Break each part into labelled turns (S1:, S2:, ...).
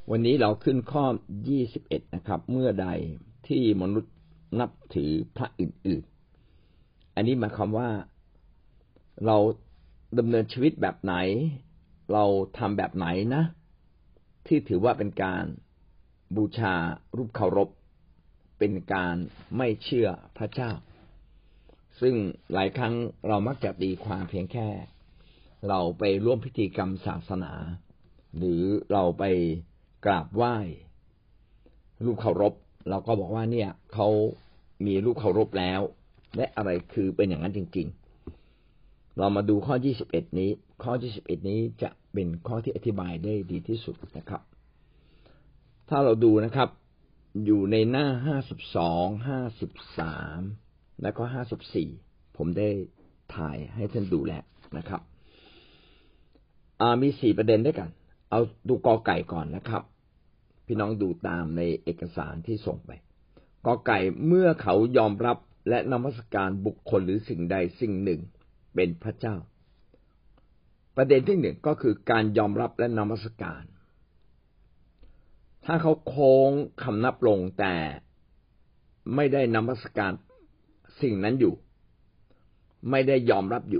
S1: วันนี้เราขึ้นข้อ21นะครับเมื่อใดที่มนุษย์นับถือพระอื่นๆอันนี้หมายความว่าเราดำเนินชีวิตแบบไหนเราทำแบบไหนนะที่ถือว่าเป็นการบูชารูปเคารพเป็นการไม่เชื่อพระเจ้าซึ่งหลายครั้งเรามักจะตีความเพียงแค่เราไปร่วมพิธีกรรมศาสนาหรือเราไปกราบไหว้รูปเคารพเราก็บอกว่าเนี่ยเขามีรูปเคารพแล้วและอะไรคือเป็นอย่างนั้นจริงๆเรามาดูข้อ21นี้ข้อ21นี้จะเป็นข้อที่อธิบายได้ดีที่สุดนะครับถ้าเราดูนะครับอยู่ในหน้า52 53และก็54ผมได้ถ่ายให้ท่านดูแล้วนะครับมี4ประเด็นด้วยกันเอาดูกอไก่ก่อนนะครับพี่น้องดูตามในเอกสารที่ส่งไปกอไก่เมื่อเขายอมรับและนมัสการบุคคลหรือสิ่งใดสิ่งหนึ่งเป็นพระเจ้าประเด็นที่1ก็คือการยอมรับและนมัสการถ้าเขาโค้งคำนับลงแต่ไม่ได้นมัสการสิ่งนั้นอยู่ไม่ได้ยอมรับอยู่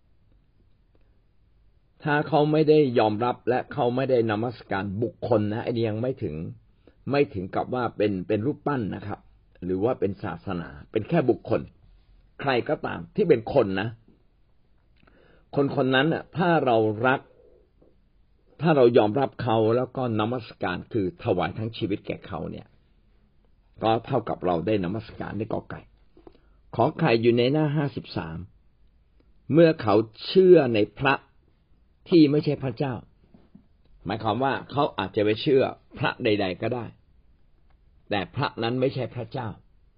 S1: ถ้าเขาไม่ได้ยอมรับและเขาไม่ได้นมัสการบุคคลนะอันนี้ยังไม่ถึงกับว่าเป็นรูปปั้นนะครับหรือว่าเป็นศาสนาเป็นแค่บุคคลใครก็ตามที่เป็นคนนะคนนั้นน่ะถ้าเรารักถ้าเรายอมรับเขาแล้วก็นมัสการคือถวายทั้งชีวิตแก่เขาเนี่ยก็เท่ากับเราได้นมัสการในกอไก่ขอไข่อยู่ในหน้า53เมื่อเขาเชื่อในพระที่ไม่ใช่พระเจ้าหมายความว่าเขาอาจจะไปเชื่อพระใดๆก็ได้แต่พระนั้นไม่ใช่พระเจ้า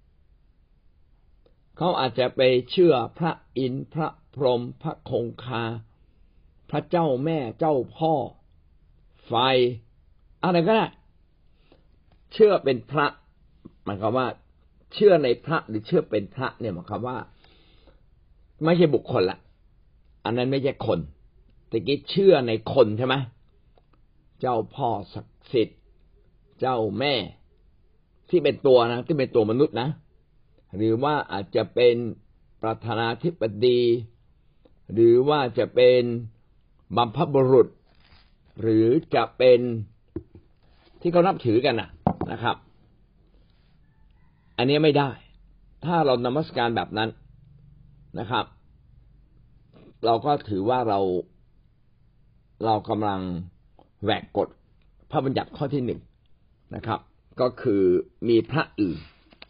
S1: เขาอาจจะไปเชื่อพระอินทร์พระพรหมพระคงคาพระเจ้าแม่เจ้าพ่อไฟอะไรก็ได้เชื่อเป็นพระหมายความว่าเชื่อในพระหรือเชื่อเป็นพระเนี่ยหมายความว่าไม่ใช่บุคคลละอันนั้นไม่ใช่คนแต่กี้เชื่อในคนใช่ไหมเจ้าพ่อศักดิ์สิทธิ์เจ้าแม่ที่เป็นตัวนะที่เป็นตัวมนุษย์นะหรือว่าอาจจะเป็นประธานาธิบดีหรือว่าจะเป็นบัมพบุรุษหรือจะเป็นที่เขานับถือกันนะครับอันนี้ไม่ได้ถ้าเรานมัสการแบบนั้นนะครับเราก็ถือว่าเรากำลังแหวกกฎพระบัญญัติข้อที่1นะครับก็คือมีพระอื่น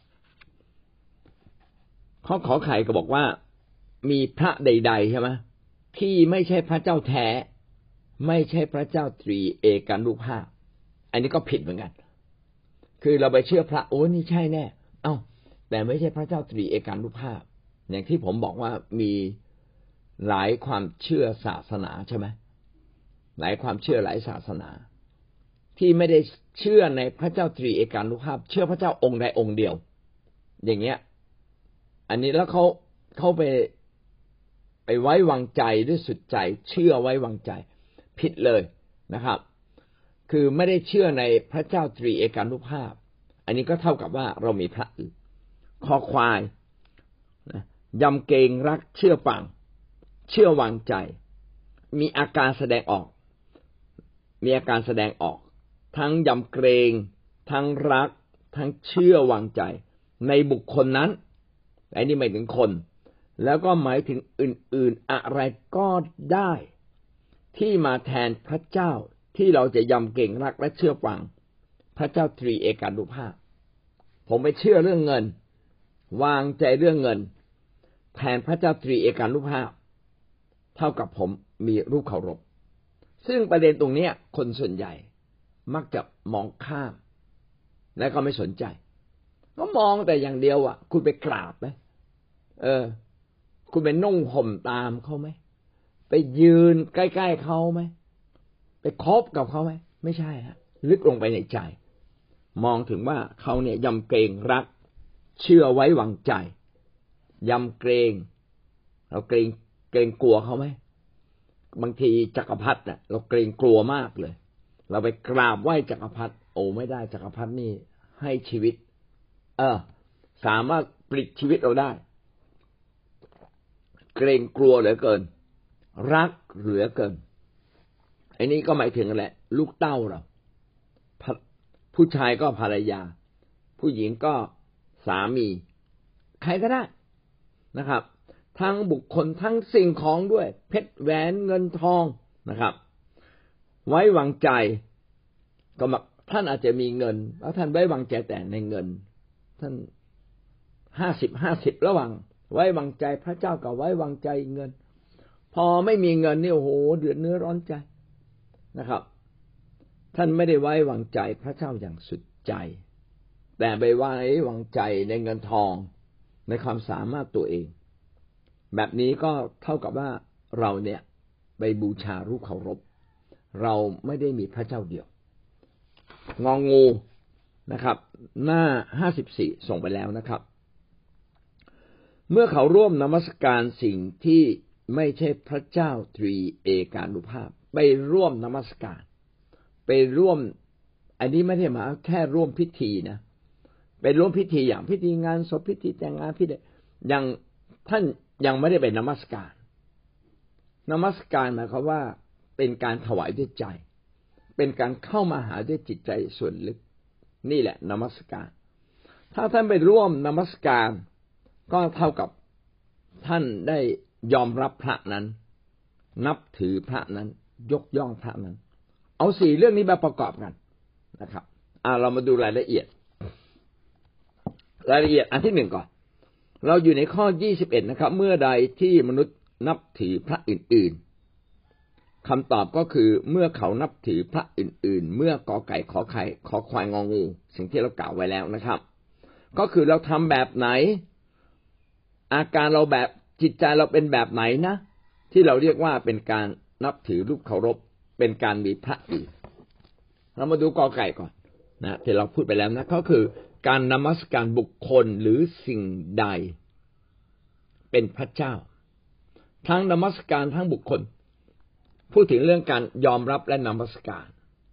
S1: ข้อขอไข่ก็บอกว่ามีพระใดๆใช่ไหมที่ไม่ใช่พระเจ้าแท้ไม่ใช่พระเจ้าตรีเอกานุภาพอันนี้ก็ผิดเหมือนกันคือเราไปเชื่อพระโอ้นี่ใช่แน่แต่ไม่ใช่พระเจ้าตรีเอกานุภาพอย่างที่ผมบอกว่ามีหลายความเชื่อศาสนาใช่ไหมหลายความเชื่อหลายศาสนาที่ไม่ได้เชื่อในพระเจ้าตรีเอกานุภาพเชื่อพระเจ้าองค์ใดองค์เดียวอย่างเงี้ยอันนี้แล้วเขาไปไว้วางใจด้วยสุดใจเชื่อไว้วางใจผิดเลยนะครับคือไม่ได้เชื่อในพระเจ้าตรีเอกานุภาพอันนี้ก็เท่ากับว่าเรามีพระอื่นคอควายยำเกรงรักเชื่อฟังเชื่อวางใจมีอาการแสดงออกทั้งยำเกรงทั้งรักทั้งเชื่อวางใจในบุคคลนั้นอันนี้หมายถึงคนแล้วก็หมายถึงอื่นๆอะไรก็ได้ที่มาแทนพระเจ้าที่เราจะยำเกรงรักและเชื่อฟังพระเจ้าตรีเอกานุภาพผมไปเชื่อเรื่องเงินวางใจเรื่องเงินแทนพระเจ้าตรีเอกานุภาพเท่ากับผมมีรูปเคารพซึ่งประเด็นตรงนี้คนส่วนใหญ่มักจะมองข้ามและก็ไม่สนใจก็มองแต่อย่างเดียวคุณไปกราบไหมคุณไปนุ่งห่มตามเขาไหมไปยืนใกล้ๆเขาไหมไปคบกับเขาไหมไม่ใช่ลึกลงไปในใจมองถึงว่าเขาเนี่ยยำเกรงรักเชื่อไว้วางใจยำเกรงเราเกรงกลัวเขาไหมบางทีจักรพรรดิเราเกรงกลัวมากเลยเราไปกราบไหว้จักรพรรดิโอ้ไม่ได้จักรพรรดินี่ให้ชีวิตสามารถปลิดชีวิตเราได้เกรงกลัวเหลือเกินรักเหลือเกินไอ้นี้ก็หมายถึงแหละลูกเต้าเราผู้ชายก็ภรรยาผู้หญิงก็สามีใครก็ได้นะครับทั้งบุคคลทั้งสิ่งของด้วยเพชรแหวนเงินทองนะครับไว้วางใจก็ท่านอาจจะมีเงินแล้วท่านไว้วางใจแต่ในเงินท่าน50-50ระหว่างไว้วางใจพระเจ้ากับไว้วางใจเงินพอไม่มีเงินนี่โอ้โหเดือดเนื้อร้อนใจนะครับท่านไม่ได้ไว้วางใจพระเจ้าอย่างสุดใจแต่ไปไว้วางใจในเงินทองในความสามารถตัวเองแบบนี้ก็เท่ากับว่าเราเนี่ยไปบูชารูปเคารพเราไม่ได้มีพระเจ้าเดียวงองูนะครับหน้า54ส่งไปแล้วนะครับเมื่อเขาร่วมนมัสการสิ่งที่ไม่ใช่พระเจ้าตรีเอกานุภาพไปร่วมนมัสการไปร่วมอันนี้ไม่ได้หมายแค่ร่วมพิธีนะไปร่วมพิธีอย่างพิธีงานศพพิธีแต่งงานพิธียังท่านยังไม่ได้ไปนมัสการนมัสการหมายความว่าเป็นการถวายด้วยใจเป็นการเข้ามาหาด้วยจิตใจส่วนลึกนี่แหละนมัสการถ้าท่านไปร่วมนมัสการก็เท่ากับท่านได้ยอมรับพระนั้นนับถือพระนั้นยกย่องพระนั้นเอา4เรื่องนี้มาประกอบกันนะครับเรามาดูรายละเอียดอันที่1ก่อนเราอยู่ในข้อ21นะครับเมื่อใดที่มนุษย์นับถือพระอื่นๆคำตอบก็คือเมื่อเขานับถือพระอื่นๆเมื่อกอไก่ขอไข่ขอควายงองูสิ่งที่เรากล่าวไว้แล้วนะครับก็คือเราทำแบบไหนอาการเราแบบจิตใจเราเป็นแบบไหนนะที่เราเรียกว่าเป็นการนับถือรูปเคารพเป็นการมีพระอื่นเรามาดูกอไก่ก่อนนะที่เราพูดไปแล้วนะก็คือการนมัสการบุคคลหรือสิ่งใดเป็นพระเจ้าทั้งนมัสการทั้งบุคคลพูดถึงเรื่องการยอมรับและนมัสการ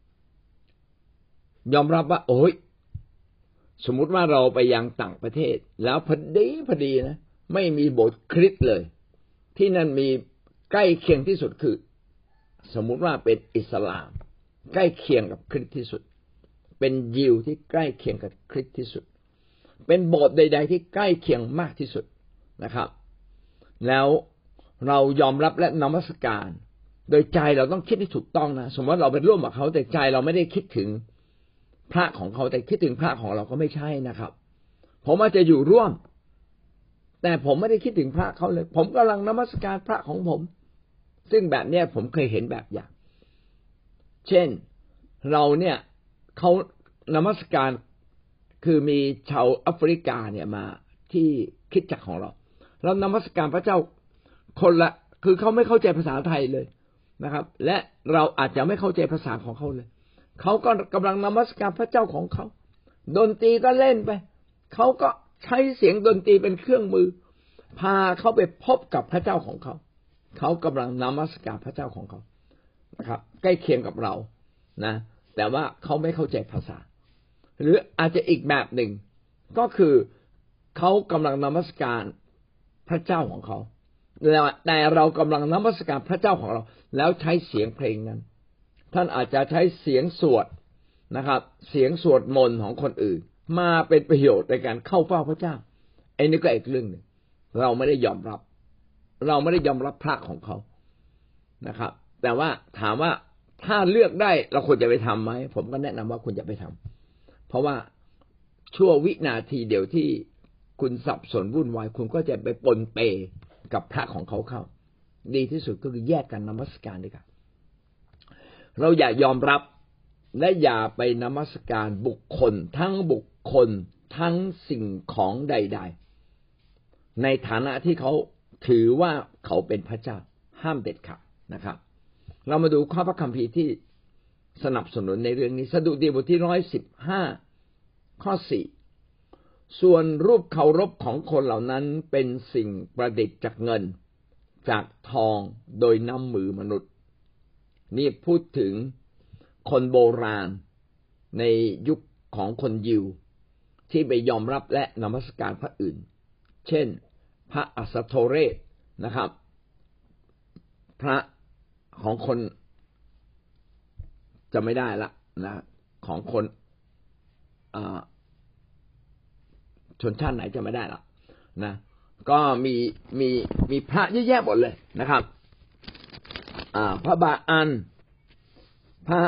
S1: ยอมรับว่าโอ้ยสมมุติว่าเราไปยังต่างประเทศแล้วพอดีนะไม่มีโบสถ์คริสต์เลยที่นั่นมีใกล้เคียงที่สุดคือสมมุติว่าเป็นอิสลามใกล้เคียงกับคริสต์ที่สุดเป็นยิวที่ใกล้เคียงกับคริสต์ที่สุดเป็นโบสถ์ใดๆที่ใกล้เคียงมากที่สุดนะครับแล้วเรายอมรับและนมัสการโดยใจเราต้องคิดให้ถูกต้องนะสมมติเราไปร่วมกับเขาแต่ใจเราไม่ได้คิดถึงพระของเขาแต่คิดถึงพระของเราก็ไม่ใช่นะครับผมอาจจะอยู่ร่วมแต่ผมไม่ได้คิดถึงพระเขาเลยผมกำลังนมัสการพระของผมซึ่งแบบนี้ผมเคยเห็นแบบอย่างเช่นเราเนี่ยเขานมัสการคือมีชาวแอฟริกาเนี่ยมาที่คริสตจักรของเรานมัสการพระเจ้าคนละคือเขาไม่เข้าใจภาษาไทยเลยนะครับและเราอาจจะไม่เข้าใจภาษาของเขาเลยเขาก็กำลังนมัสการพระเจ้าของเขาดนตรีก็เล่นไปเขาก็ใช้เสียงดนตรีเป็นเครื่องมือพาเขาไปพบกับพระเจ้าของเขาเขากำลังนมัสการพระเจ้าของเขานะครับใกล้เคียงกับเรานะแต่ว่าเขาไม่เข้าใจภาษาหรืออาจจะอีกแบบหนึ่งก็คือเขากำลังนมัสการพระเจ้าของเขาแต่เรากำลังนมัสการพระเจ้าของเราแล้วใช้เสียงเพลงนั้นท่านอาจจะใช้เสียงสวดนะครับเสียงสวดมนต์ของคนอื่นมาเป็นประโยชน์ในการเข้าเฝ้าพระเจ้าไอ้นี่ก็อีกเรื่องนึงเราไม่ได้ยอมรับพระของเขานะครับแต่ว่าถามว่าถ้าเลือกได้เราควรจะไปทำไหมผมก็แนะนำว่าควรจะไปทำเพราะว่าชั่ววินาทีเดียวที่คุณสับสนวุ่นวายคุณก็จะไปปนเปกับพระของเขาเข้าดีที่สุดก็คือแยกกันนมัสการด้วยกันเราอย่ายอมรับและอย่าไปนมัสการบุคคลทั้งบุคคลทั้งสิ่งของใดๆในฐานะที่เขาถือว่าเขาเป็นพระเจ้าห้ามเด็ดขาดนะครับเรามาดูข้อพระคัมภีร์ที่สนับสนุนในเรื่องนี้สดุดีบทที่115ข้อ4ส่วนรูปเคารพของคนเหล่านั้นเป็นสิ่งประดิษฐ์จากเงินจากทองโดยน้ำมือมนุษย์นี่พูดถึงคนโบราณในยุคของคนยิวที่ไปยอมรับและนมัสการพระอื่นเช่นพระอัสโทเรศนะครับพระของคนจะไม่ได้ละนะของคนชนชาติไหนจะไม่ได้ละนะก็มีพระเยอะแยะหมดเลยนะครับพระบาอันพระ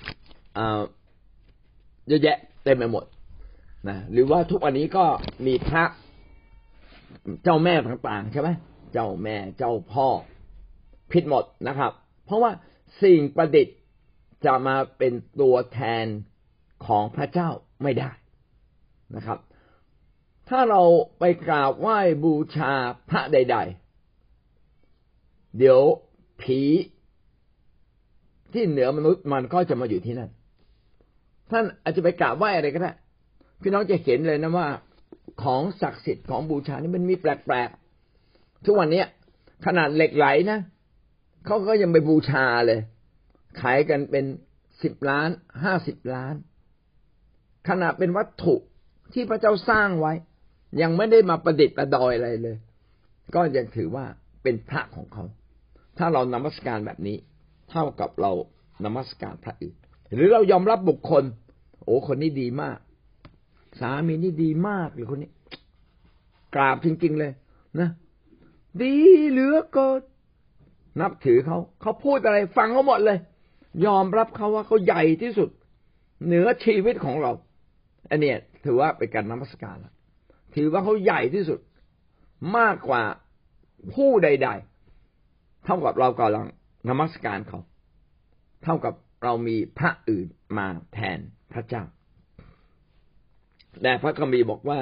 S1: เยอะแยะเต็มไปหมดนะหรือว่าทุกวันนี้ก็มีพระเจ้าแม่ต่างๆใช่ไหมเจ้าแม่เจ้าพ่อผิดหมดนะครับเพราะว่าสิ่งประดิษฐ์จะมาเป็นตัวแทนของพระเจ้าไม่ได้นะครับถ้าเราไปกราบไหว้บูชาพระใดๆเดี๋ยวผีที่เหนือมนุษย์มันก็จะมาอยู่ที่นั่นท่านอาจจะไปกราบไหว้อะไรก็ได้พี่น้องจะเห็นเลยนะว่าของศักดิ์สิทธิ์ของบูชานี่มันมีแปลกๆทุกวันนี้ขนาดเหล็กไหลนะเขาก็ยังไปบูชาเลยขายกันเป็น10 ล้าน50 ล้านขนาดเป็นวัตถุที่พระเจ้าสร้างไว้ยังไม่ได้มาประดิษฐ์ประดอยอะไรเลยก็ยังถือว่าเป็นพระของเขาถ้าเรานมัสการแบบนี้เท่ากับเรานมัสการพระอื่นหรือเรายอมรับบุคคลโอ้คนนี้ดีมากสามีนี่ดีมากหรือคนนี้กราบจริงๆเลยนะดีเหลือเกินนับถือเขาพูดอะไรฟังเขาหมดเลยยอมรับเขาว่าเขาใหญ่ที่สุดเหนือชีวิตของเราอันนี้ถือว่าเป็นการนมัสการแล้วถือว่าเขาใหญ่ที่สุดมากกว่าผู้ใดๆเท่ากับเรากำลังนมัสการเขาเท่ากับเรามีพระอื่นมาแทนพระเจ้าแต่พระคัมภีร์บอกว่า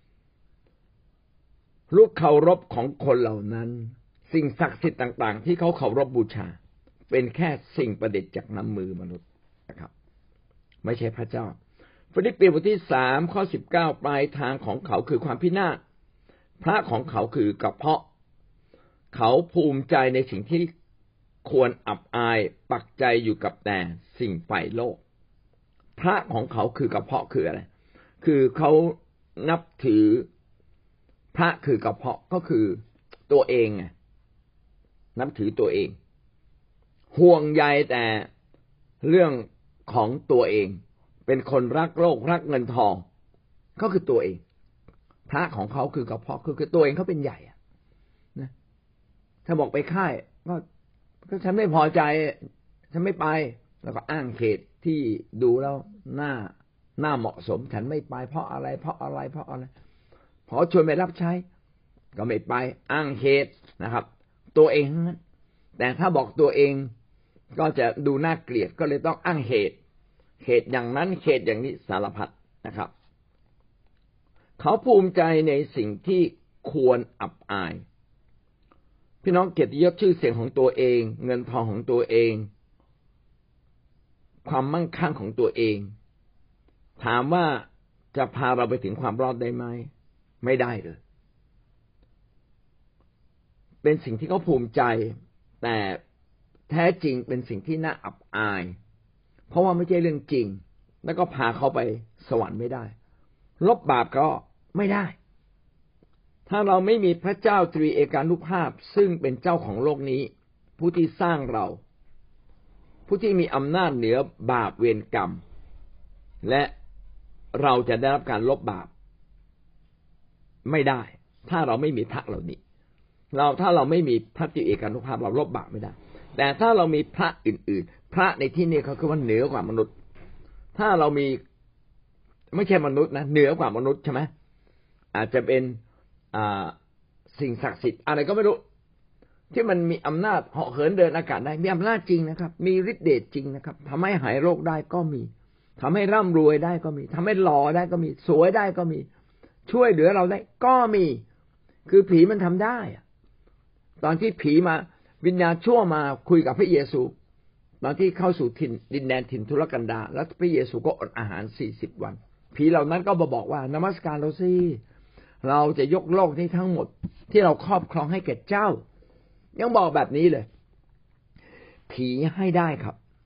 S1: ลูกเคารพของคนเหล่านั้นสิ่งศักดิ์สิทธิ์ต่างๆที่เขาเคารพบูชาเป็นแค่สิ่งประดิษฐ์จากน้ำมือมนุษย์นะครับไม่ใช่พระเจ้าฟิลิปปีบทที่3 ข้อ 19ปลายทางของเขาคือความพินาศพระของเขาคือกระเพาะเขาภูมิใจในสิ่งที่ควรอับอายปักใจอยู่กับแต่สิ่งฝ่ายโลกพระของเขาคือกระเพาะคืออะไรคือเขานับถือพระคือกระเพาะก็คือตัวเองไงนับถือตัวเองห่วงใยแต่เรื่องของตัวเองเป็นคนรักโลกรักเงินทองก็คือตัวเองพระของเขาคือกระเพาะคือตัวเองเขาเป็นใหญ่นะถ้าบอกไปค่ายก็ฉันไม่พอใจฉันไม่ไปแล้วก็อ้างเหตุที่ดูแล้วน่าเหมาะสมฉันไม่ไปเพราะอะไรพอชวนไปรับใช้ก็ไม่ไปอ้างเหตุนะครับตัวเองนั้นแต่ถ้าบอกตัวเองก็จะดูน่าเกลียดก็เลยต้องอ้างเหตุอย่างนั้นเหตุอย่างนี้สารพัดนะครับเขาภูมิใจในสิ่งที่ควรอับอายพี่น้องเกียรติยศชื่อเสียงของตัวเองเงินทองของตัวเองความมั่งคั่งของตัวเองถามว่าจะพาเราไปถึงความรอดได้ไหมไม่ได้เลยเป็นสิ่งที่เขาภูมิใจแต่แท้จริงเป็นสิ่งที่น่าอับอายเพราะว่าไม่ใช่เรื่องจริงแล้วก็พาเขาไปสวรรค์ไม่ได้ลบบาปก็ไม่ได้ถ้าเราไม่มีพระเจ้าตรีเอกานุภาพซึ่งเป็นเจ้าของโลกนี้ผู้ที่สร้างเราผู้ที่มีอำนาจเหนือบาปเวรกรรมและเราจะได้รับการลบบาปไม่ได้ถ้าเราไม่มีพระเหล่านี้ถ้าเราไม่มีพระตรีเอกานุภาพเราลบบาปไม่ได้แต่ถ้าเรามีพระอื่นๆพระในที่นี้เขาคือว่าเหนือกว่ามนุษย์ถ้าเรามีไม่ใช่มนุษย์นะเหนือกว่ามนุษย์ใช่ไหมอาจจะเป็นสิ่งศักดิ์สิทธิ์อะไรก็ไม่รู้ที่มันมีอำนาจเหาะเหินเดินอากาศได้มีอำนาจจริงนะครับมีฤทธิ์เดชจริงนะครับทำให้หายโรคได้ก็มีทำให้ร่ำรวยได้ก็มีทำให้หล่อได้ก็มีสวยได้ก็มีช่วยเหลือเราได้ก็มีคือผีมันทำได้ตอนที่ผีมาวิญญาณชั่วมาคุยกับพระเยซูตอนที่เข้าสู่ดินแดนถิ่นทุรกันดารแล้วพระเยซูก็อดอาหาร40 วันผีเหล่านั้นก็บอกว่านมัสการเราสิเราจะยกโลกนี้ทั้งหมดที่เราครอบครองให้แก่เจ้ายังบอกแบบนี้เลยผีให้ได้ครับ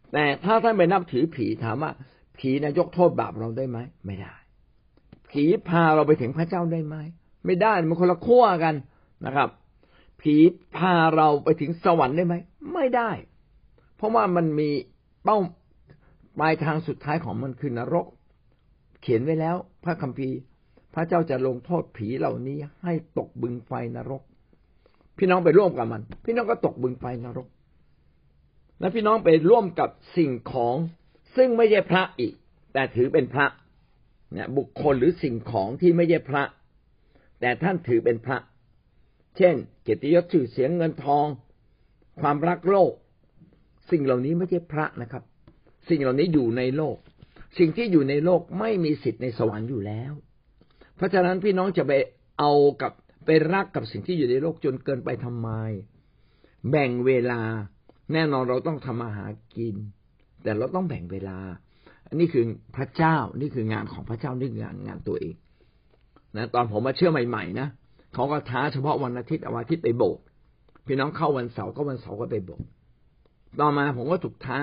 S1: แต่ถ้าท่านไปนับถือผีถามว่าผีนะยกโทษบาปเราได้ไหมไม่ได้ผีพาเราไปถึงพระเจ้าได้ไหมไม่ได้มันคนละขั้วกันนะครับผีพาเราไปถึงสวรรค์ได้ไหมไม่ได้เพราะว่ามันมีเป้าปลายทางสุดท้ายของมันคือนรกเขียนไว้แล้วพระคัมภีร์พระเจ้าจะลงโทษผีเหล่านี้ให้ตกบึงไฟนรกพี่น้องไปร่วมกับมันพี่น้องก็ตกบึงไฟนรกและพี่น้องไปร่วมกับสิ่งของซึ่งไม่ใช่พระอีกแต่ถือเป็นพระเนี่ยบุคคลหรือสิ่งของที่ไม่ใช่พระแต่ท่านถือเป็นพระเช่นเกียรติยศชื่อเสียงเงินทองความรักโลกสิ่งเหล่านี้ไม่ใช่พระนะครับสิ่งเหล่านี้อยู่ในโลกสิ่งที่อยู่ในโลกไม่มีสิทธิ์ในสวรรค์อยู่แล้วเพราะฉะนั้นพี่น้องจะไปเอากับไปรักกับสิ่งที่อยู่ในโลกจนเกินไปทำไมแบ่งเวลาแน่นอนเราต้องทำมาหากินแต่เราต้องแบ่งเวลาอันนี้คือพระเจ้านี่คืองานของพระเจ้านี่คืองานตัวเองนะตอนผมมาเชื่อใหม่ๆนะเขาก็ท้าเฉพาะวันอาทิตย์วันอาทิตย์ไปโบสถ์พี่น้องเข้าวันเสาร์ก็วันเสาร์ก็ไปโบสถ์ต่อมาผมก็ถูกท้า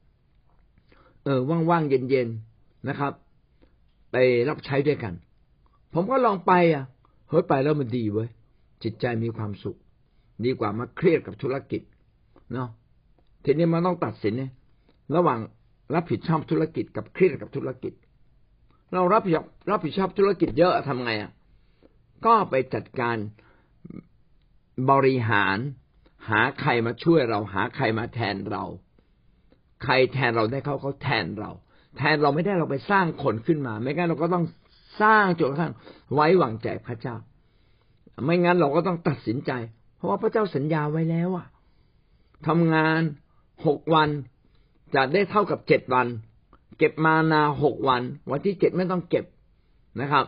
S1: ว่างๆเย็นๆนะครับไปรับใช้ด้วยกันผมก็ลองไปเฮ้ยไปแล้วมันดีเว้ยจิตใจมีความสุขดีกว่ามาเครียดกับธุรกิจเนาะทีนี้มันต้องตัดสินเนี่ยระหว่างรับผิดชอบธุรกิจกับเครียดกับธุรกิจเรารับผิดชอบธุรกิจเยอะทำไงก็ไปจัดการบริหารหาใครมาช่วยเราหาใครมาแทนเราใครแทนเราได้เขาแทนเราไม่ได้เราไปสร้างคนขึ้นมาไม่งั้นเราก็ต้องสร้างจนกระทั่งไว้วางใจพระเจ้าไม่งั้นเราก็ต้องตัดสินใจเพราะว่าพระเจ้าสัญญาไว้แล้วทำงาน6 วันจะได้เท่ากับ7 วันเก็บมานา6 วันวันที่7ไม่ต้องเก็บนะครับ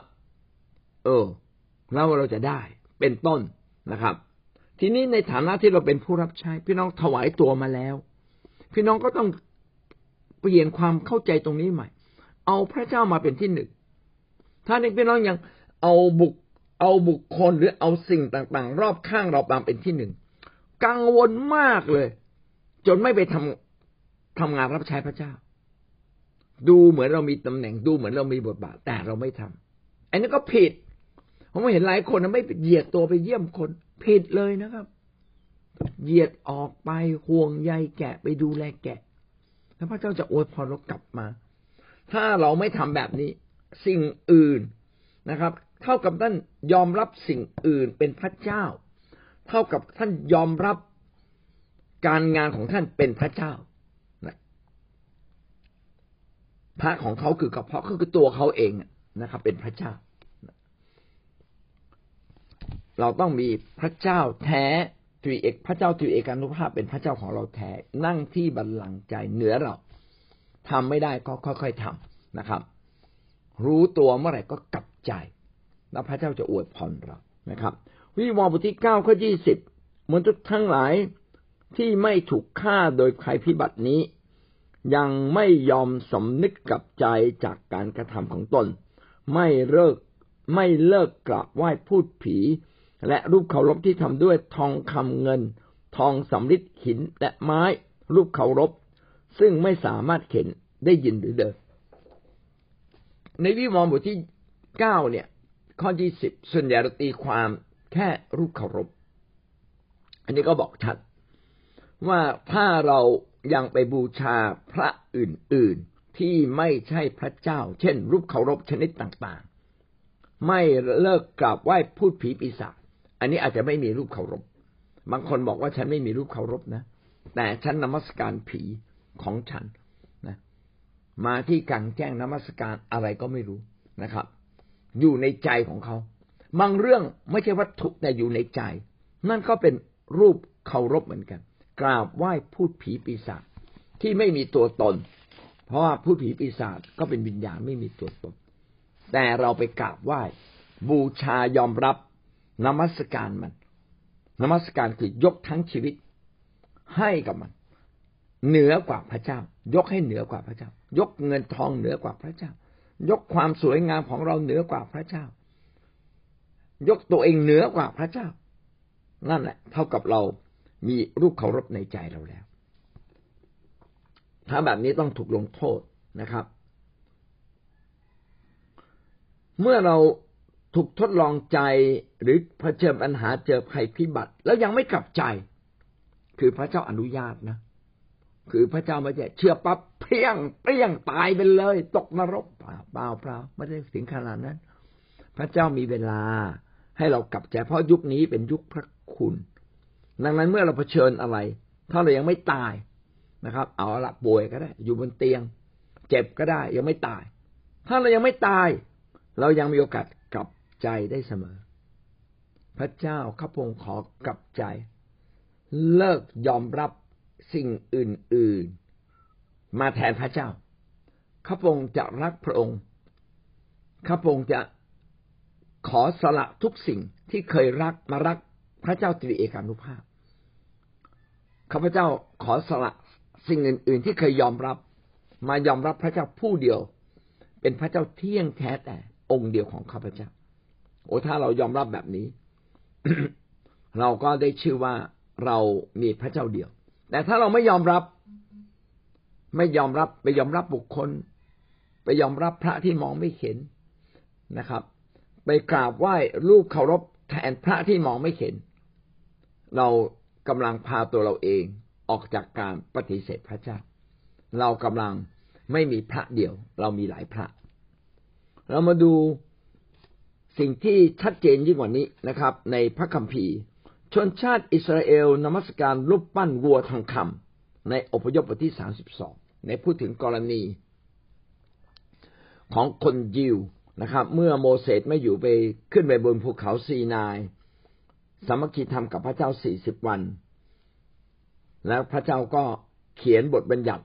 S1: แล้วเราจะได้เป็นต้นนะครับทีนี้ในฐานะที่เราเป็นผู้รับใช้พี่น้องถวายตัวมาแล้วพี่น้องก็ต้องเปลี่ยนความเข้าใจตรงนี้ใหม่เอาพระเจ้ามาเป็นที่หนึ่งถ้าพี่น้องยังเอาบุคคลหรือเอาสิ่งต่างๆรอบข้างเราตามเป็นที่หนึ่งกังวลมากเลยจนไม่ไปทำงานรับใช้พระเจ้าดูเหมือนเรามีตำแหน่งดูเหมือนเรามีบทบาทแต่เราไม่ทำอันนี้ก็ผิดผมเห็นหลายคนไม่เหยียดตัวไปเยี่ยมคนผิดเลยนะครับเหยียดออกไปห่วงใยแกะไปดูแลแกะแล้วพระเจ้าจะอวยพรเรากลับมาถ้าเราไม่ทำแบบนี้สิ่งอื่นนะครับเท่ากับท่านยอมรับสิ่งอื่นเป็นพระเจ้าเท่ากับท่านยอมรับการงานของท่านเป็นพระเจ้าพระของเขาคือกระเพาะคือตัวเขาเองนะครับเป็นพระเจ้าเราต้องมีพระเจ้าแท้ตรีเอกพระเจ้าตรีเอกานุภาพเป็นพระเจ้าของเราแท้นั่งที่บัลลังก์ใจเหนือเราทำไม่ได้ก็ค่อยๆทำนะครับรู้ตัวเมื่อไหร่ก็กลับใจแล้วพระเจ้าจะอวยพรเรานะครับวิวรณ์บทที่9 ข้อ 20มนุษย์ทั้งหลายที่ไม่ถูกฆ่าโดยภัยพิบัตินี้ยังไม่ยอมสำนึกกลับใจจากการกระทำของตนไม่เลิกกราบไหว้พูดผีและรูปเคารพที่ทำด้วยทองคำเงินทองสำริดหินและไม้รูปเคารพซึ่งไม่สามารถเข็นได้ยินหรือเดินในวิวรณ์บทที่9เนี่ยข้อ20ส่วนใหญ่เราตีความแค่รูปเคารพอันนี้ก็บอกชัดว่าถ้าเรายังไปบูชาพระอื่นๆที่ไม่ใช่พระเจ้าเช่นรูปเคารพชนิดต่างๆไม่เลิกกราบไหว้พูดผีปีศาจอันนี้อาจจะไม่มีรูปเคารพบางคนบอกว่าฉันไม่มีรูปเคารพนะแต่ฉันนมัสการผีของฉันนะมาที่กลางแจ้งนมัสการอะไรก็ไม่รู้นะครับอยู่ในใจของเขาบางเรื่องไม่ใช่วัตถุแต่อยู่ในใจนั่นก็เป็นรูปเคารพเหมือนกันกราบไหว้พูดผีปีศาจที่ไม่มีตัวตนเพราะว่าพูดผีปีศาจก็เป็นวิญญาณไม่มีตัวตนแต่เราไปกราบไหว้บูชายอมรับนมัสการมันนมัสการคือยกทั้งชีวิตให้กับมันเหนือกว่าพระเจ้ายกให้เหนือกว่าพระเจ้ายกเงินทองเหนือกว่าพระเจ้ายกความสวยงามของเราเหนือกว่าพระเจ้ายกตัวเองเหนือกว่าพระเจ้านั่นแหละเท่ากับเรามีรูปเคารพในใจเราแล้วถ้าแบบนี้ต้องถูกลงโทษนะครับ เมื่อเราถูกทดลองใจหรือเผชิญปัญหาเจอภัยพิบัติแล้วยังไม่กลับใจคือพระเจ้าอนุญาตนะคือพระเจ้าไม่ใช่เชื่อปั๊บเพี้ยงตายไปเลยตกนรกเปล่าไม่ได้ถึงขนาดนั้นพระเจ้ามีเวลาให้เรากลับใจเพราะยุคนี้เป็นยุคพระคุณดังนั้นเมื่อเราเผชิญอะไรถ้าเรายังไม่ตายนะครับเอาละป่วยก็ได้อยู่บนเตียงเจ็บก็ได้ยังไม่ตายถ้าเรายังไม่ตายเรายังมีโอกาสกลับใจได้เสมอพระเจ้าข้าพงขอกลับใจเลิกยอมรับสิ่งอื่นๆมาแทนพระเจ้าข้าพงจะรักพระองค์ข้าพงจะขอสละทุกสิ่งที่เคยรักมารักพระเจ้าตรีเอกานุภาพข้าพเจ้าขอสละสิ่งอื่นๆที่เคยยอมรับมายอมรับพระเจ้าผู้เดียวเป็นพระเจ้าเที่ยงแท้แต่องค์เดียวของข้าพเจ้าโอ้ถ้าเรายอมรับแบบนี้ เราก็ได้ชื่อว่าเรามีพระเจ้าเดียวแต่ถ้าเราไม่ยอมรับไปยอมรับบุคคลไปยอมรับพระที่มองไม่เห็นนะครับไปกราบไหว้รูปเคารพแทนพระที่มองไม่เห็นเรากำลังพาตัวเราเองออกจากการปฏิเสธพระเจ้าเรากำลังไม่มีพระเดียวเรามีหลายพระเรามาดูสิ่งที่ชัดเจนยิ่งกว่านี้นะครับในพระคัมภีร์ชนชาติอิสราเอลนมัสการรูปปั้นวัวทองคำในอพยพบทที่32ในพูดถึงกรณีของคนยิวนะครับเมื่อโมเสสไม่อยู่ไปขึ้นไปบนภูเขาซีนายสามัคคีธรรมกับพระเจ้า40วันแล้วพระเจ้าก็เขียนบทบัญญัติ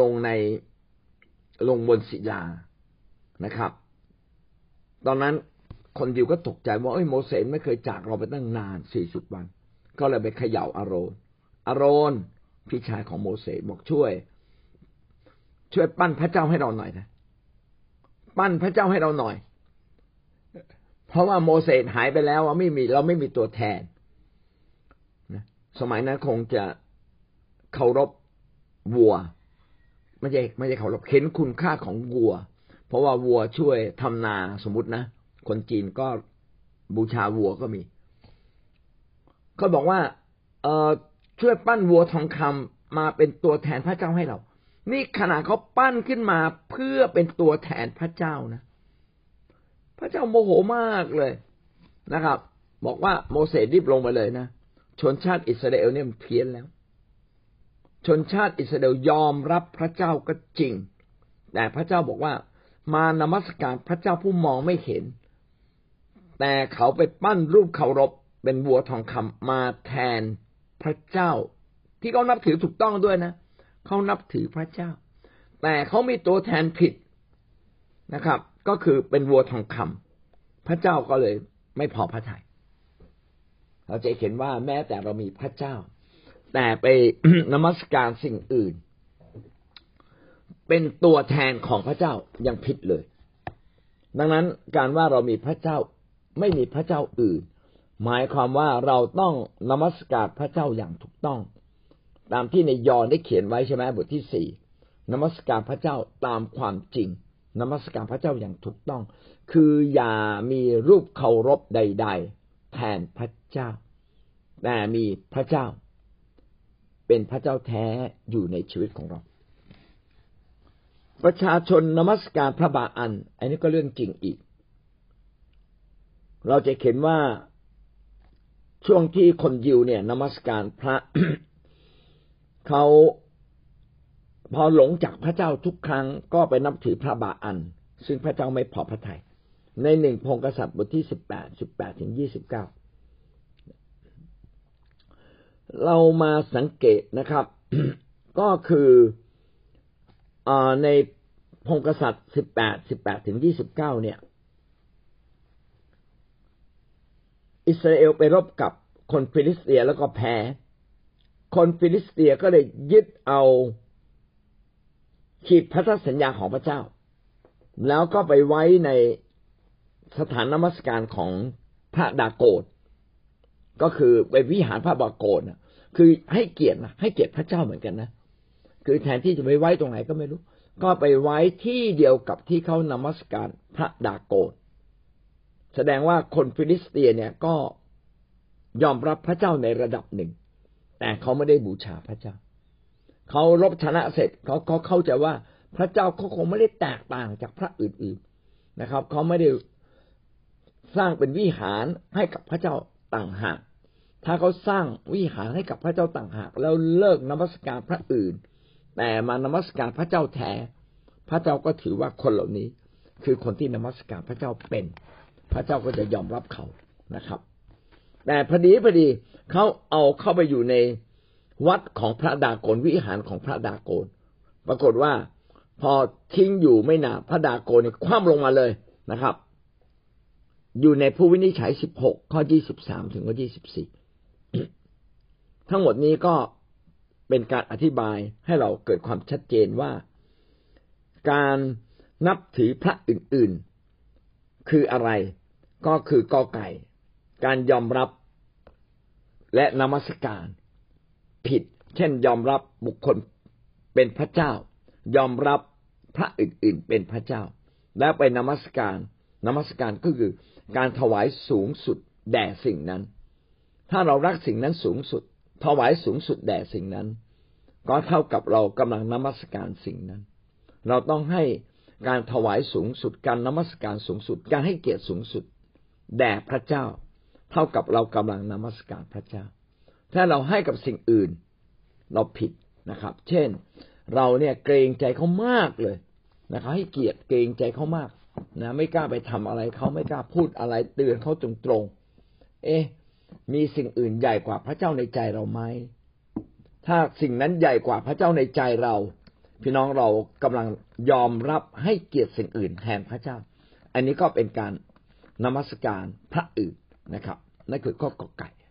S1: ลงบนศิลานะครับตอนนั้นคนยิวก็ตกใจว่าโมเสสไม่เคยจากเราไปตั้งนาน40วันก็เลยไปเขย่าอาโรนพี่ชายของโมเสสบอกช่วยปั้นพระเจ้าให้เราหน่อยนะปั้นพระเจ้าให้เราหน่อยเพราะว่าโมเสสหายไปแล้วเราไม่มีตัวแทนนะสมัยนั้นคงจะเคารพวัวไม่ใช่เคารพเห็นคุณค่าของวัวเพราะว่าวัวช่วยทำนาสมมุตินะคนจีนก็บูชาวัวก็มีเขาบอกว่าช่วยปั้นวัวทองคำมาเป็นตัวแทนพระเจ้าให้เรานี่ขนาดเขาปั้นขึ้นมาเพื่อเป็นตัวแทนพระเจ้านะพระเจ้าโมโหมากเลยนะครับบอกว่าโมเสสรีบลงไปเลยนะชนชาติอิสราเอลเนี่ยมันเพี้ยนแล้วชนชาติอิสราเอลยอมรับพระเจ้าก็จริงแต่พระเจ้าบอกว่ามานมัสการพระเจ้าผู้มองไม่เห็นแต่เขาไปปั้นรูปเคารพเป็นวัวทองคำมาแทนพระเจ้าที่เขานับถือถูกต้องด้วยนะเขานับถือพระเจ้าแต่เขามีตัวแทนผิดนะครับก็คือเป็นวัวทองคำพระเจ้าก็เลยไม่พอพระทัยเราจะเห็นว่าแม้แต่เรามีพระเจ้าแต่ไป นมัสการสิ่งอื่นเป็นตัวแทนของพระเจ้ายังผิดเลยดังนั้นการว่าเรามีพระเจ้าไม่มีพระเจ้าอื่นหมายความว่าเราต้องนมัสการพระเจ้าอย่างถูกต้องตามที่ในยอห์นได้เขียนไว้ใช่ไหมบทที่4นมัสการพระเจ้าตามความจริงนมัสการพระเจ้าอย่างถูกต้องคืออย่ามีรูปเคารพใดๆแทนพระเจ้าแต่มีพระเจ้าเป็นพระเจ้าแท้อยู่ในชีวิตของเราประชาชนนมัสการพระบาอัลอันนี้ก็เรื่องจริงอีกเราจะเห็นว่าช่วงที่คนยิวเนี่ยนมัสการพระ เขาพอหลงจากพระเจ้าทุกครั้งก็ไปนับถือพระบาอัลซึ่งพระเจ้าไม่พอพระทัยใน1พงศ์กษัตริย์บทที่18ถึง29เรามาสังเกตนะครับ ก็คือในพงศ์กษัตริย์18ถึง29เนี่ยอิสราเอลไปรบกับคนฟิลิสเตียแล้วก็แพ้คนฟิลิสเตียก็เลยยึดเอาขีดพันธสัญญาของพระเจ้าแล้วก็ไปไว้ในสถานนมัสการของพระดาโกนก็คือเป็นวิหารพระดาโกนคือให้เกียรติพระเจ้าเหมือนกันนะคือแทนที่จะไปไว้ตรงไหนก็ไม่รู้ก็ไปไว้ที่เดียวกับที่เขานมัสการพระดาโกนแสดงว่าคนฟิลิสเตียเนี่ยก็ยอมรับพระเจ้าในระดับหนึ่งแต่เขาไม่ได้บูชาพระเจ้าเขารบชนะเสร็จเขาเข้าใจว่าพระเจ้าเขาคงไม่ได้แตกต่างจากพระอื่นๆนะครับเขาไม่ได้สร้างเป็นวิหารให้กับพระเจ้าต่างหากถ้าเขาสร้างวิหารให้กับพระเจ้าต่างหากแล้วเลิกนมัสการพระอื่นแต่มานมัสการพระเจ้าแท้พระเจ้าก็ถือว่าคนเหล่านี้คือคนที่นมัสการพระเจ้าเป็นพระเจ้าก็จะยอมรับเขานะครับแต่พอดีเขาเอาเข้าไปอยู่ในวัดของพระดาโกนวิหารของพระดาโกนปรากฏว่าพอทิ้งอยู่ไม่นานพระดาโกนคว่ำลงมาเลยนะครับอยู่ในผู้วินิจฉัย16ข้อ23ถึงข้อ24ทั้งหมดนี้ก็เป็นการอธิบายให้เราเกิดความชัดเจนว่าการนับถือพระอื่นๆคืออะไรก็คือกอไก่การยอมรับและนมัสการผิดเช่นยอมรับบุคคลเป็นพระเจ้ายอมรับพระอื่นๆเป็นพระเจ้าแล้วไปนมัสการก็คือการถวายสูงสุดแด่สิ่งนั้นถ้าเรารักสิ่งนั้นสูงสุดถวายสูงสุดแด่สิ่งนั้นก็เท่ากับเรากำลังนมัสการสิ่งนั้นเราต้องให้การถวายสูงสุดการนมัสการสูงสุดการให้เกียรติสูงสุดแด่พระเจ้าเท่ากับเรากำลังนมัสการพระเจ้าถ้าเราให้กับสิ่งอื่นเราผิดนะครับเช่นเราเนี่ยเกรงใจเขามากเลยนะครับให้เกียรติเกรงใจเขามากนะไม่กล้าไปทำอะไรเขาไม่กล้าพูดอะไรเตือนเขาตรงๆมีสิ่งอื่นใหญ่กว่าพระเจ้าในใจเราไหมถ้าสิ่งนั้นใหญ่กว่าพระเจ้าในใจเราพี่น้องเรากำลังยอมรับให้เกียรติสิ่งอื่นแทนพระเจ้าอันนี้ก็เป็นการนมัสการพระอื่นนะครับนั่นคือข้อกอไก่